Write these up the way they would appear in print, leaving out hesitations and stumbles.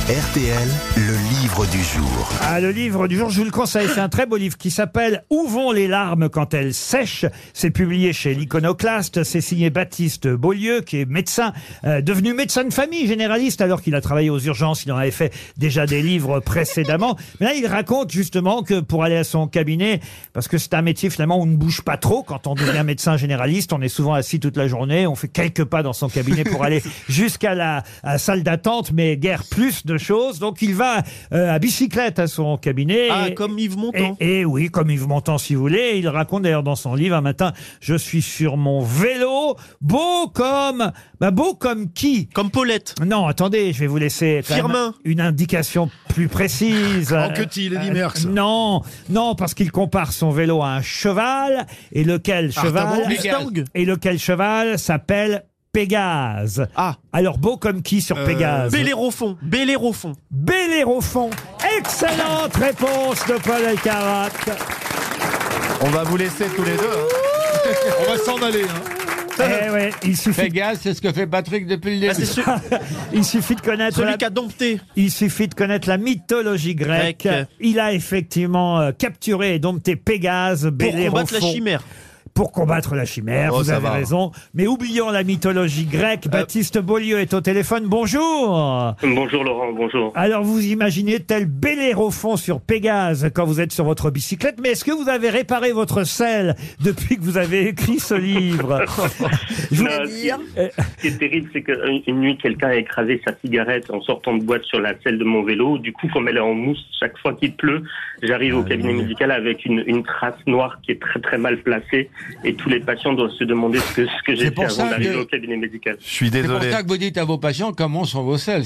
RTL, le livre du jour. Ah, le livre du jour, je vous le conseille, c'est un très beau livre qui s'appelle « Où vont les larmes quand elles sèchent ?» C'est publié chez l'Iconoclaste, c'est signé Baptiste Beaulieu, qui est médecin, devenu médecin de famille, généraliste, alors qu'il a travaillé aux urgences, il en avait fait déjà des livres précédemment. Mais là, il raconte justement que pour aller à son cabinet, parce que c'est un métier finalement où on ne bouge pas trop, quand on devient médecin généraliste, on est souvent assis toute la journée, on fait quelques pas dans son cabinet pour aller jusqu'à la salle d'attente, mais guère plus de choses. Donc il va à bicyclette à son cabinet. Ah, comme Yves Montand. Et oui, comme Yves Montand, si vous voulez. Il raconte d'ailleurs dans son livre, un matin, je suis sur mon vélo, beau comme qui? Comme Paulette. Non, attendez, je vais vous laisser quand même Firmin. une indication plus précise. Anquetil, Eddy Merckx. Non, parce qu'il compare son vélo à un cheval, et lequel cheval, Mustang. et lequel cheval s'appelle Pégase. Ah. Alors, beau comme qui sur Pégase? Bellérophon. Bellérophon. Bellérophon. Excellente réponse de Paul Elkarat. On va vous laisser tous les deux. On va s'en aller. Eh ouais, il suffit, Pégase, c'est ce que fait Patrick depuis le Ah, début. c'est il suffit de connaître celui qui a dompté. il suffit de connaître la mythologie grecque. Grec. Il a effectivement capturé et dompté Pégase, Pour combattre la Bellérophon. chimère. Pour combattre la chimère, Oh, vous ça avez va. raison. Mais oublions la mythologie grecque. Baptiste Beaulieu est au téléphone. Bonjour. Bonjour Laurent, bonjour. Alors vous imaginez tel Bellérophon sur Pégase quand vous êtes sur votre bicyclette, mais est-ce que vous avez réparé votre selle depuis que vous avez écrit ce livre? Je vous- Ce qui est terrible, c'est qu'une nuit, quelqu'un a écrasé sa cigarette en sortant de boîte sur la selle de mon vélo. Du coup, comme elle est en mousse, chaque fois qu'il pleut, j'arrive au cabinet médical avec une trace noire qui est très très mal placée. Et tous les patients doivent se demander ce que j'ai C'est pour fait ça avant d'arriver que- au cabinet médical. Je suis C'est pour désolé. ça que vous dites à vos patients comment sont vos selles.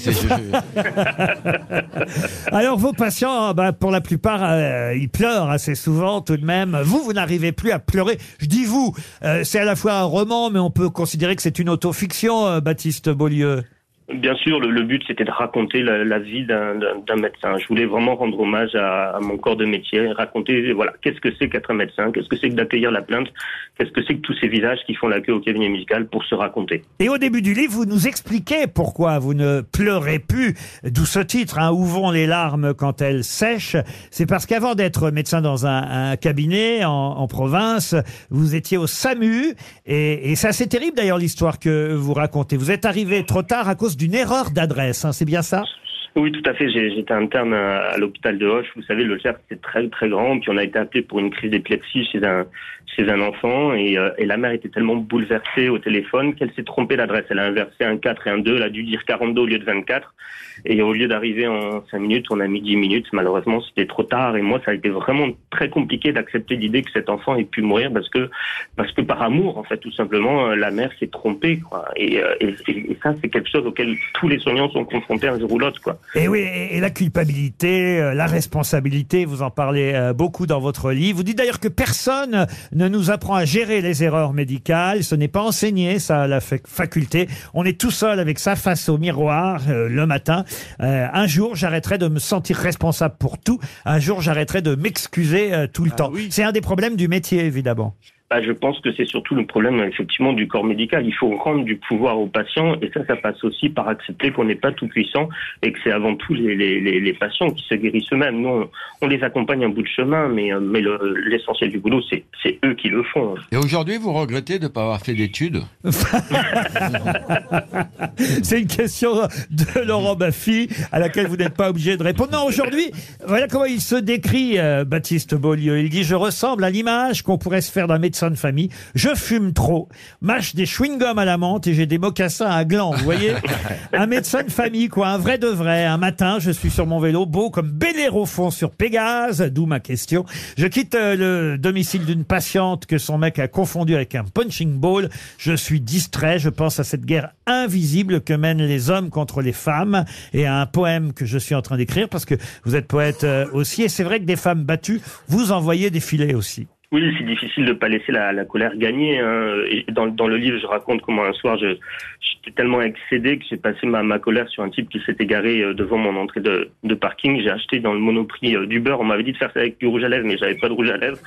Alors vos patients, pour la plupart, ils pleurent assez souvent tout de même. Vous n'arrivez plus à pleurer. Je dis vous, c'est à la fois un roman, mais on peut considérer que c'est une autofiction, Baptiste Beaulieu. Bien sûr, le but, c'était de raconter la vie d'un médecin. Je voulais vraiment rendre hommage à mon corps de métier, raconter, voilà, qu'est-ce que c'est qu'être un médecin, qu'est-ce que c'est que d'accueillir la plainte, qu'est-ce que c'est que tous ces visages qui font la queue au cabinet médical pour se raconter. Et au début du livre, vous nous expliquez pourquoi vous ne pleurez plus, d'où ce titre, Où vont les larmes quand elles sèchent. C'est parce qu'avant d'être médecin dans un cabinet en province, vous étiez au SAMU, et c'est assez terrible d'ailleurs l'histoire que vous racontez. Vous êtes arrivé trop tard à cause d'une erreur d'adresse, c'est bien ça? Oui, tout à fait. J'étais interne à l'hôpital de Hoche. Vous savez, le Gers, c'est très, très grand. Puis on a été appelé pour une crise d'épilepsie chez un enfant. Et la mère était tellement bouleversée au téléphone qu'elle s'est trompée d'adresse. Elle a inversé un 4 et un 2. Elle a dû dire 42 au lieu de 24. Et au lieu d'arriver en 5 minutes, on a mis 10 minutes. Malheureusement, c'était trop tard. Et moi, ça a été vraiment très compliqué d'accepter l'idée que cet enfant ait pu mourir parce que par amour, en fait, tout simplement, la mère s'est trompée, quoi. Et ça, c'est quelque chose auquel tous les soignants sont confrontés un jour ou l'autre, quoi. Et oui, et la culpabilité, la responsabilité, vous en parlez beaucoup dans votre livre. Vous dites d'ailleurs que personne ne nous apprend à gérer les erreurs médicales. Ce n'est pas enseigné, ça, à la faculté. On est tout seul avec ça face au miroir le matin. Un jour, j'arrêterai de me sentir responsable pour tout. Un jour, j'arrêterai de m'excuser tout le temps. oui. C'est un des problèmes du métier, évidemment. Je pense que c'est surtout le problème, effectivement, du corps médical. Il faut rendre du pouvoir aux patients, et ça passe aussi par accepter qu'on n'est pas tout puissant et que c'est avant tout les patients qui se guérissent eux-mêmes. Nous, on les accompagne un bout de chemin, mais l'essentiel du boulot, c'est eux qui le font. Et aujourd'hui, vous regrettez de ne pas avoir fait d'études? C'est une question de Laurent Baffy à laquelle vous n'êtes pas obligé de répondre. Non, aujourd'hui, voilà comment il se décrit, Baptiste Beaulieu. Il dit « Je ressemble à l'image qu'on pourrait se faire d'un médecin de famille. Je fume trop, mâche des chewing-gums à la menthe et j'ai des mocassins à gland. » Vous voyez? Un médecin de famille, quoi. Un vrai de vrai. Un matin, je suis sur mon vélo, beau comme Bellérophon sur Pégase, d'où ma question. Je quitte le domicile d'une patiente que son mec a confondu avec un punching ball. Je suis distrait. Je pense à cette guerre invisible que mènent les hommes contre les femmes et à un poème que je suis en train d'écrire parce que vous êtes poète aussi. Et c'est vrai que des femmes battues, vous envoyez défiler aussi. Oui, c'est difficile de pas laisser la colère gagner, hein. Et dans le livre, je raconte comment un soir, j'étais tellement excédé que j'ai passé ma colère sur un type qui s'était garé devant mon entrée de parking. J'ai acheté dans le Monoprix du beurre. On m'avait dit de faire ça avec du rouge à lèvres, mais j'avais pas de rouge à lèvres.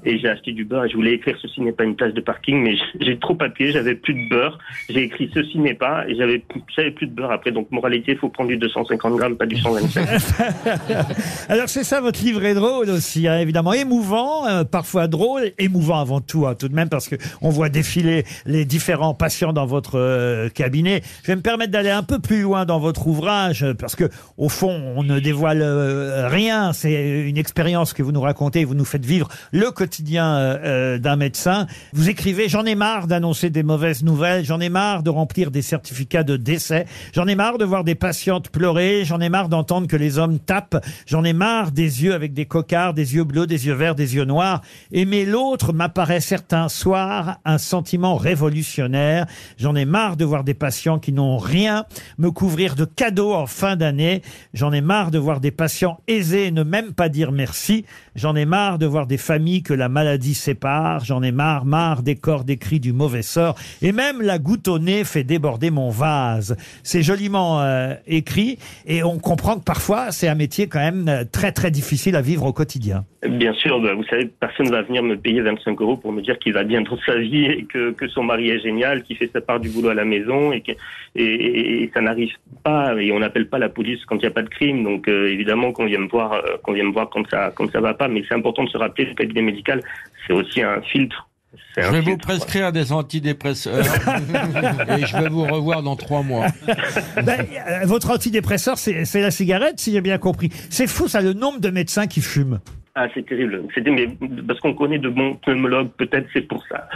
et j'ai acheté du beurre et je voulais écrire ceci n'est pas une place de parking, mais j'ai trop papier, j'avais plus de beurre. J'ai écrit ceci n'est pas et j'avais plus de beurre après. Donc moralité, il faut prendre du 250 grammes, pas du 125. Alors c'est ça, votre livre est drôle aussi, hein, évidemment émouvant, parfois drôle, émouvant avant tout, hein, tout de même, parce que on voit défiler les différents patients dans votre cabinet. Je vais me permettre d'aller un peu plus loin dans votre ouvrage, parce que au fond, on ne dévoile rien. C'est une expérience que vous nous racontez, vous nous faites vivre le quotidien d'un médecin. Vous écrivez: j'en ai marre d'annoncer des mauvaises nouvelles, j'en ai marre de remplir des certificats de décès, j'en ai marre de voir des patientes pleurer, j'en ai marre d'entendre que les hommes tapent, j'en ai marre des yeux avec des cocards, des yeux bleus, des yeux verts, des yeux noirs. Aimer l'autre m'apparaît certains soirs un sentiment révolutionnaire. J'en ai marre de voir des patients qui n'ont rien me couvrir de cadeaux en fin d'année. J'en ai marre de voir des patients aisés et ne même pas dire merci. J'en ai marre de voir des familles que la maladie sépare. J'en ai marre des corps décrits du mauvais sort. Et même la goutte au nez fait déborder mon vase. C'est joliment écrit et on comprend que parfois c'est un métier quand même très très difficile à vivre au quotidien. Bien sûr, vous savez, personne ne va venir me payer 25 € pour me dire qu'il va bien dans sa vie et que son mari est génial, qu'il fait sa part du boulot à la maison et ça n'arrive pas et on n'appelle pas la police quand il n'y a pas de crime. Donc évidemment qu'on vient me voir quand ça va pas, mais c'est important de se rappeler que le cabinet médical, c'est aussi un filtre. Je vais vous prescrire des antidépresseurs et je vais vous revoir dans 3 mois. Votre antidépresseur, c'est la cigarette, si j'ai bien compris. C'est fou ça, le nombre de médecins qui fument. Ah, c'est terrible. Mais parce qu'on connaît de bons pneumologues, peut-être c'est pour ça.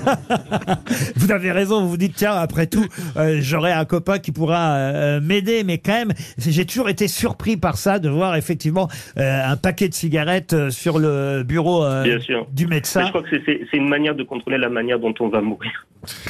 Vous avez raison, vous vous dites, tiens, après tout, j'aurai un copain qui pourra m'aider, mais quand même, j'ai toujours été surpris par ça, de voir effectivement un paquet de cigarettes sur le bureau du médecin. Mais je crois que c'est une manière de contrôler la manière dont on va mourir.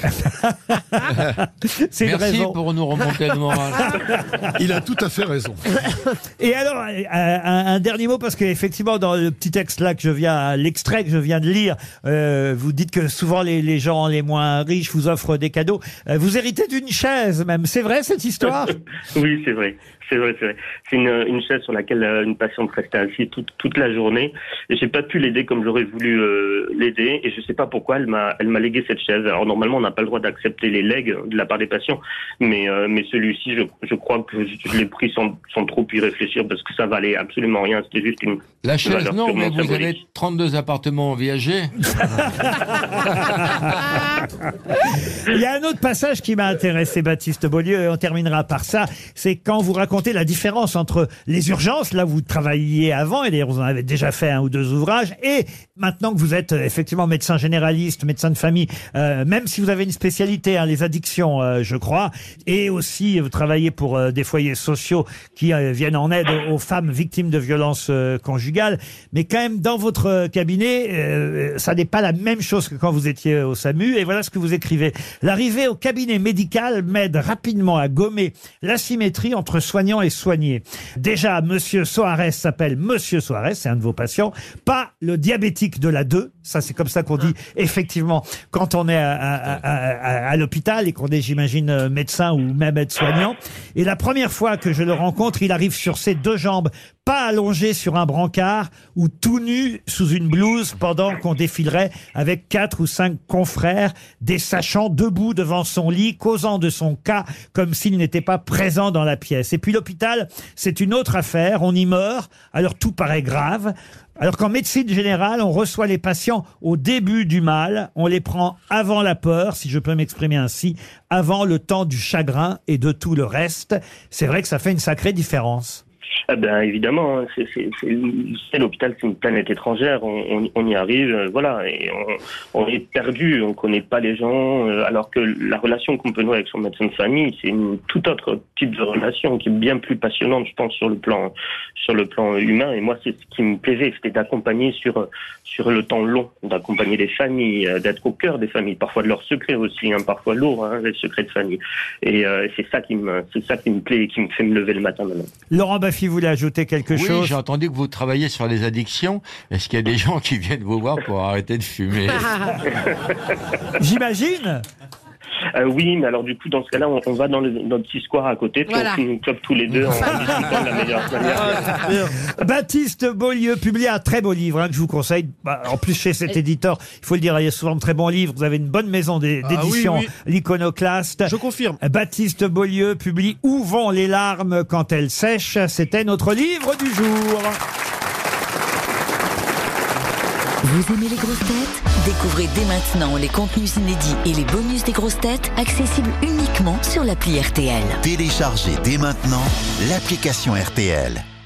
Merci pour nous remonter le moral. Il a tout à fait raison. Et alors, un dernier mot, parce qu'effectivement, dans le petit texte là l'extrait que je viens de lire, vous dites que souvent les gens les moins riches vous offrent des cadeaux. Vous héritez d'une chaise même. C'est vrai cette histoire? Oui, c'est vrai. C'est une chaise sur laquelle une patiente restait assise toute la journée et j'ai pas pu l'aider comme j'aurais voulu l'aider et je sais pas pourquoi elle m'a légué cette chaise. Alors normalement on n'a pas le droit d'accepter les legs de la part des patients, mais celui-ci je crois que je l'ai pris sans trop y réfléchir parce que ça valait absolument rien. C'était juste une la chaise non, mais vous symbolique. avez 32 appartements en viager. Il y a un autre passage qui m'a intéressé, Baptiste Beaulieu, et on terminera par ça. C'est quand vous racontez la différence entre les urgences, là vous travailliez avant, et d'ailleurs vous en avez déjà fait 1 ou 2 ouvrages, et maintenant que vous êtes effectivement médecin généraliste, médecin de famille, même si vous avez une spécialité, hein, les addictions, je crois, et aussi vous travaillez pour des foyers sociaux qui viennent en aide aux femmes victimes de violences conjugales, mais quand même dans votre cabinet, ça n'est pas la même chose que quand vous étiez au SAMU, et voilà ce que vous écrivez. L'arrivée au cabinet médical m'aide rapidement à gommer l'asymétrie entre soignants et soignés. Déjà, Monsieur Soares s'appelle Monsieur Soares, c'est un de vos patients, pas le diabétique de la 2, ça c'est comme ça qu'on dit effectivement quand on est à l'hôpital et qu'on est, j'imagine, médecin ou même aide-soignant. Et la première fois que je le rencontre, il arrive sur ses 2 jambes, pas allongé sur un brancard ou tout nu sous une blouse pendant qu'on défilerait avec 4 ou 5 confrères, des sachants debout devant son lit, causant de son cas comme s'il n'était pas présent dans la pièce. Et puis l'hôpital, c'est une autre affaire, on y meurt, alors tout paraît grave. Alors qu'en médecine générale, on reçoit les patients au début du mal, on les prend avant la peur, si je peux m'exprimer ainsi, avant le temps du chagrin et de tout le reste. C'est vrai que ça fait une sacrée différence. Ah ben évidemment, c'est l'hôpital, c'est une planète étrangère. On y arrive, voilà, et on est perdu, on connaît pas les gens. Alors que la relation qu'on peut nouer avec son médecin de famille, c'est une tout autre type de relation qui est bien plus passionnante, je pense, sur le plan humain. Et moi, c'est ce qui me plaisait, c'était d'accompagner sur le temps long, d'accompagner les familles, d'être au cœur des familles, parfois de leurs secrets aussi, parfois lourds, les secrets de famille. Et c'est ça qui me plaît et qui me fait me lever le matin maintenant. Laurent Baffy voulait ajouter quelque chose. Oui, j'ai entendu que vous travaillez sur les addictions. Est-ce qu'il y a des gens qui viennent vous voir pour arrêter de fumer? J'imagine. Oui, mais alors du coup, dans ce cas-là, on va dans le petit square à côté, puis Voilà. on fume une clope tous les deux en discutant de la meilleure manière. Baptiste Beaulieu publie un très beau livre que je vous conseille. En plus, chez cet éditeur, il faut le dire, il y a souvent de très bons livres. Vous avez une bonne maison d'édition, oui. l'Iconoclaste. Je confirme. Baptiste Beaulieu publie Où vont les larmes quand elles sèchent. C'était notre livre du jour. Vous aimez les grosses têtes? Découvrez dès maintenant les contenus inédits et les bonus des grosses têtes accessibles uniquement sur l'appli RTL. Téléchargez dès maintenant l'application RTL.